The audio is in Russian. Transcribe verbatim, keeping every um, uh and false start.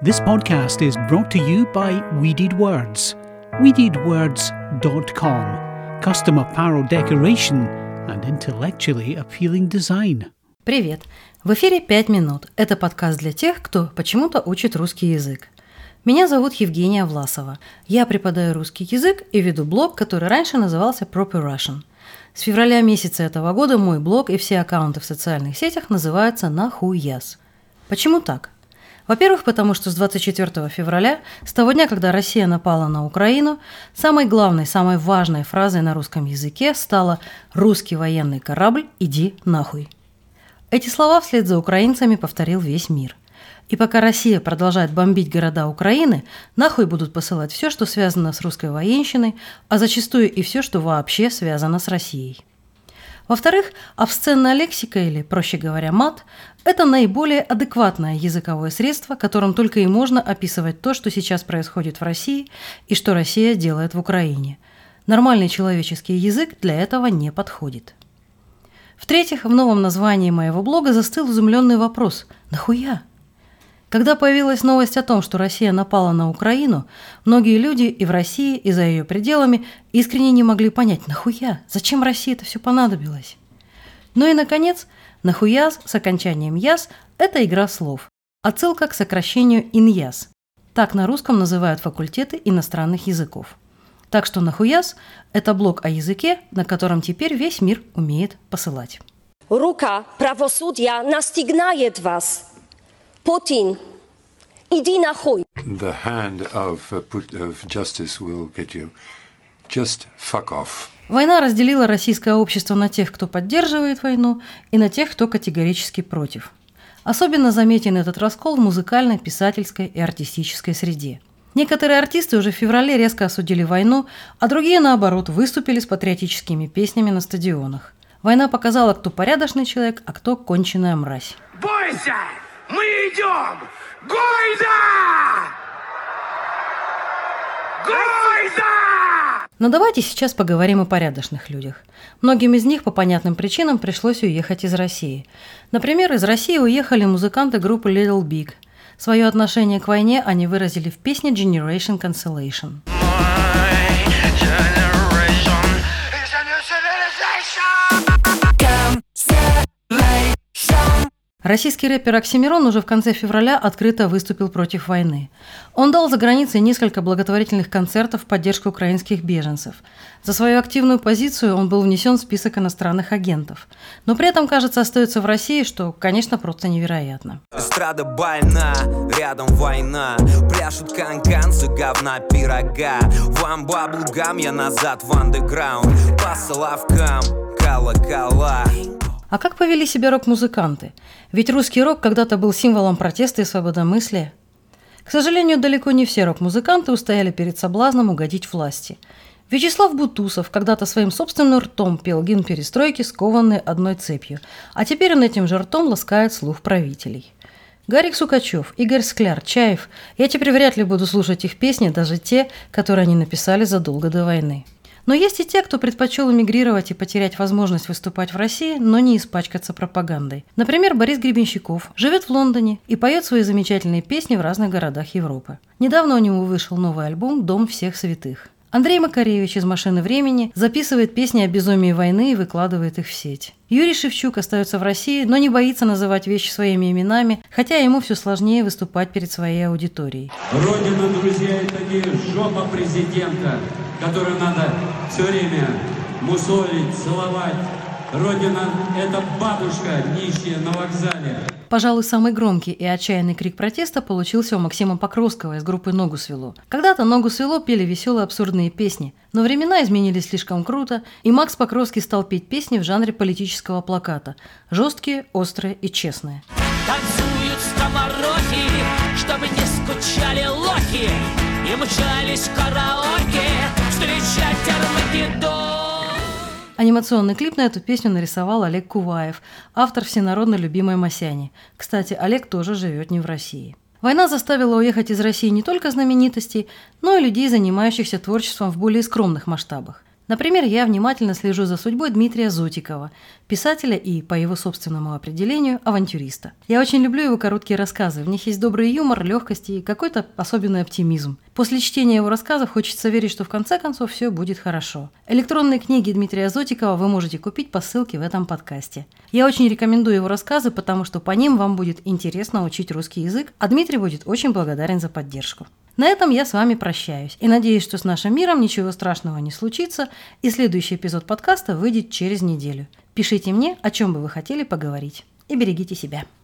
This podcast is brought to you by We Did Words. we did words dot com. Custom apparel decoration and intellectually appealing design. Привет! В эфире «пять минут». Это подкаст для тех, кто почему-то учит русский язык. Меня зовут Евгения Власова. Я преподаю русский язык и веду блог, который раньше назывался Proper Russian. С февраля месяца этого года мой блог и все аккаунты в социальных сетях называются Нахуяз. Почему так? Во-первых, потому что с двадцать четвёртого февраля, с того дня, когда Россия напала на Украину, самой главной, самой важной фразой на русском языке стала «Русский военный корабль, иди нахуй». Эти слова вслед за украинцами повторил весь мир. И пока Россия продолжает бомбить города Украины, нахуй будут посылать все, что связано с русской военщиной, а зачастую и все, что вообще связано с Россией. Во-вторых, обсценная лексика, или, проще говоря, мат, это наиболее адекватное языковое средство, которым только и можно описывать то, что сейчас происходит в России и что Россия делает в Украине. Нормальный человеческий язык для этого не подходит. В-третьих, в новом названии моего блога застыл изумленный вопрос «Нахуя?». Когда появилась новость о том, что Россия напала на Украину, многие люди и в России, и за ее пределами искренне не могли понять «Нахуя? Зачем России это все понадобилось?». Ну и, наконец, «нахуяз» с окончанием «яз» – это игра слов, отсылка к сокращению «иньяз». Так на русском называют факультеты иностранных языков. Так что «нахуяз» – это блог о языке, на котором теперь весь мир умеет посылать. Рука правосудия настигнает вас. Путин, иди нахуй. The hand of, uh, put, of justice will get you. Just fuck off. Война разделила российское общество на тех, кто поддерживает войну, и на тех, кто категорически против. Особенно заметен этот раскол в музыкальной, писательской и артистической среде. Некоторые артисты уже в феврале резко осудили войну, а другие, наоборот, выступили с патриотическими песнями на стадионах. Война показала, кто порядочный человек, а кто конченая мразь. Бойся! Мы идем! Гойда! Гойда! Но давайте сейчас поговорим о порядочных людях. Многим из них по понятным причинам пришлось уехать из России. Например, из России уехали музыканты группы Little Big. Свое отношение к войне они выразили в песне Generation Cancellation. Российский рэпер Оксимирон уже в конце февраля открыто выступил против войны. Он дал за границей несколько благотворительных концертов в поддержку украинских беженцев. За свою активную позицию он был внесен в список иностранных агентов. Но при этом, кажется, остается в России, что, конечно, просто невероятно. Эстрада больна, рядом война. Пляшут канканцы, говна, пирога. Вам баблгам, я назад в андеграунд. По соловкам, колокола. А как повели себя рок-музыканты? Ведь русский рок когда-то был символом протеста и свободомыслия. К сожалению, далеко не все рок-музыканты устояли перед соблазном угодить власти. Вячеслав Бутусов когда-то своим собственным ртом пел гимн перестройки, скованный одной цепью, а теперь он этим же ртом ласкает слух правителей. Гарик Сукачев, Игорь Скляр, Чаев – я теперь вряд ли буду слушать их песни, даже те, которые они написали задолго до войны. Но есть и те, кто предпочел эмигрировать и потерять возможность выступать в России, но не испачкаться пропагандой. Например, Борис Гребенщиков живет в Лондоне и поет свои замечательные песни в разных городах Европы. Недавно у него вышел новый альбом «Дом всех святых». Андрей Макаревич из «Машины времени» записывает песни о безумии войны и выкладывает их в сеть. Юрий Шевчук остается в России, но не боится называть вещи своими именами, хотя ему все сложнее выступать перед своей аудиторией. Родина, друзья, это не жопа президента, которую надо все время мусолить, целовать. Родина – это бабушка, нищая на вокзале. Пожалуй, самый громкий и отчаянный крик протеста получился у Максима Покровского из группы «Ногу свело». Когда-то «Ногу свело» пели веселые абсурдные песни, но времена изменились слишком круто, и Макс Покровский стал петь песни в жанре политического плаката – жесткие, острые и честные. Танцуют скоморохи, чтобы не скучали лохи, и мчались в караоке встречать Армагеддон. Анимационный клип на эту песню нарисовал Олег Куваев, автор всенародно любимой «Масяни». Кстати, Олег тоже живет не в России. Война заставила уехать из России не только знаменитостей, но и людей, занимающихся творчеством в более скромных масштабах. Например, я внимательно слежу за судьбой Дмитрия Зотикова, писателя и, по его собственному определению, авантюриста. Я очень люблю его короткие рассказы, в них есть добрый юмор, легкость и какой-то особенный оптимизм. После чтения его рассказов хочется верить, что в конце концов все будет хорошо. Электронные книги Дмитрия Зотикова вы можете купить по ссылке в этом подкасте. Я очень рекомендую его рассказы, потому что по ним вам будет интересно учить русский язык, а Дмитрий будет очень благодарен за поддержку. На этом я с вами прощаюсь и надеюсь, что с нашим миром ничего страшного не случится, и следующий эпизод подкаста выйдет через неделю. Пишите мне, о чем бы вы хотели поговорить. И берегите себя.